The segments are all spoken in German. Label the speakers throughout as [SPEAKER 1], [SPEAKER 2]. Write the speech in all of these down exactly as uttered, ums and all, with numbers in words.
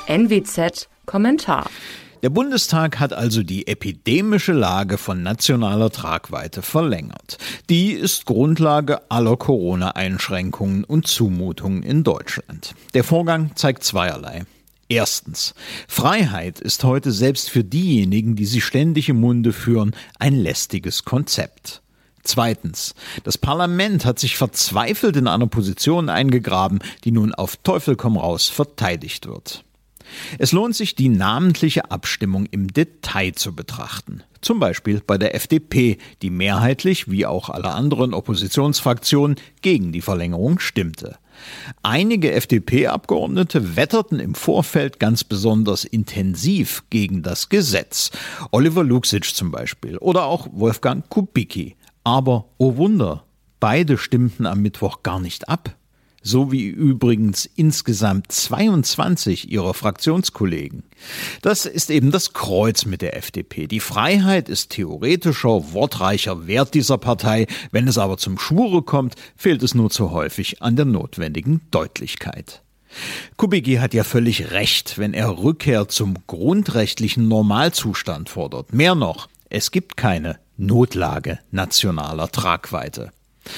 [SPEAKER 1] N W Z Kommentar.
[SPEAKER 2] Der Bundestag hat also die epidemische Lage von nationaler Tragweite verlängert. Die ist Grundlage aller Corona-Einschränkungen und Zumutungen in Deutschland. Der Vorgang zeigt zweierlei. Erstens. Freiheit ist heute selbst für diejenigen, die sie ständig im Munde führen, ein lästiges Konzept. Zweitens. Das Parlament hat sich verzweifelt in einer Position eingegraben, die nun auf Teufel komm raus verteidigt wird. Es lohnt sich, die namentliche Abstimmung im Detail zu betrachten. Zum Beispiel bei der F D P, die mehrheitlich, wie auch alle anderen Oppositionsfraktionen, gegen die Verlängerung stimmte. Einige F D P-Abgeordnete wetterten im Vorfeld ganz besonders intensiv gegen das Gesetz. Oliver Luksic zum Beispiel oder auch Wolfgang Kubicki. Aber, oh Wunder, beide stimmten am Mittwoch gar nicht ab. So wie übrigens insgesamt zweiundzwanzig ihrer Fraktionskollegen. Das ist eben das Kreuz mit der F D P. Die Freiheit ist theoretischer, wortreicher Wert dieser Partei. Wenn es aber zum Schwure kommt, fehlt es nur zu häufig an der notwendigen Deutlichkeit. Kubicki hat ja völlig recht, wenn er Rückkehr zum grundrechtlichen Normalzustand fordert. Mehr noch, es gibt keine Notlage nationaler Tragweite.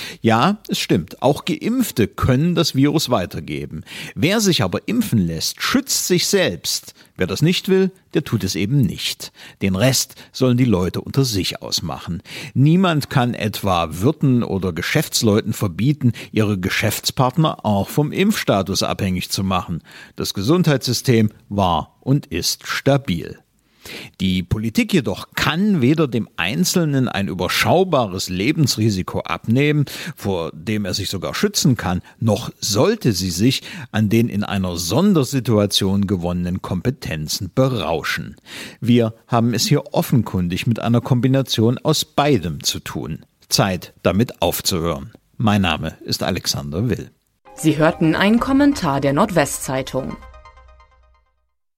[SPEAKER 2] Ja, es stimmt, auch Geimpfte können das Virus weitergeben. Wer sich aber impfen lässt, schützt sich selbst. Wer das nicht will, der tut es eben nicht. Den Rest sollen die Leute unter sich ausmachen. Niemand kann etwa Wirten oder Geschäftsleuten verbieten, ihre Geschäftspartner auch vom Impfstatus abhängig zu machen. Das Gesundheitssystem war und ist stabil. Die Politik jedoch kann weder dem Einzelnen ein überschaubares Lebensrisiko abnehmen, vor dem er sich sogar schützen kann, noch sollte sie sich an den in einer Sondersituation gewonnenen Kompetenzen berauschen. Wir haben es hier offenkundig mit einer Kombination aus beidem zu tun. Zeit, damit aufzuhören. Mein Name ist Alexander Will.
[SPEAKER 1] Sie hörten einen Kommentar der Nordwestzeitung.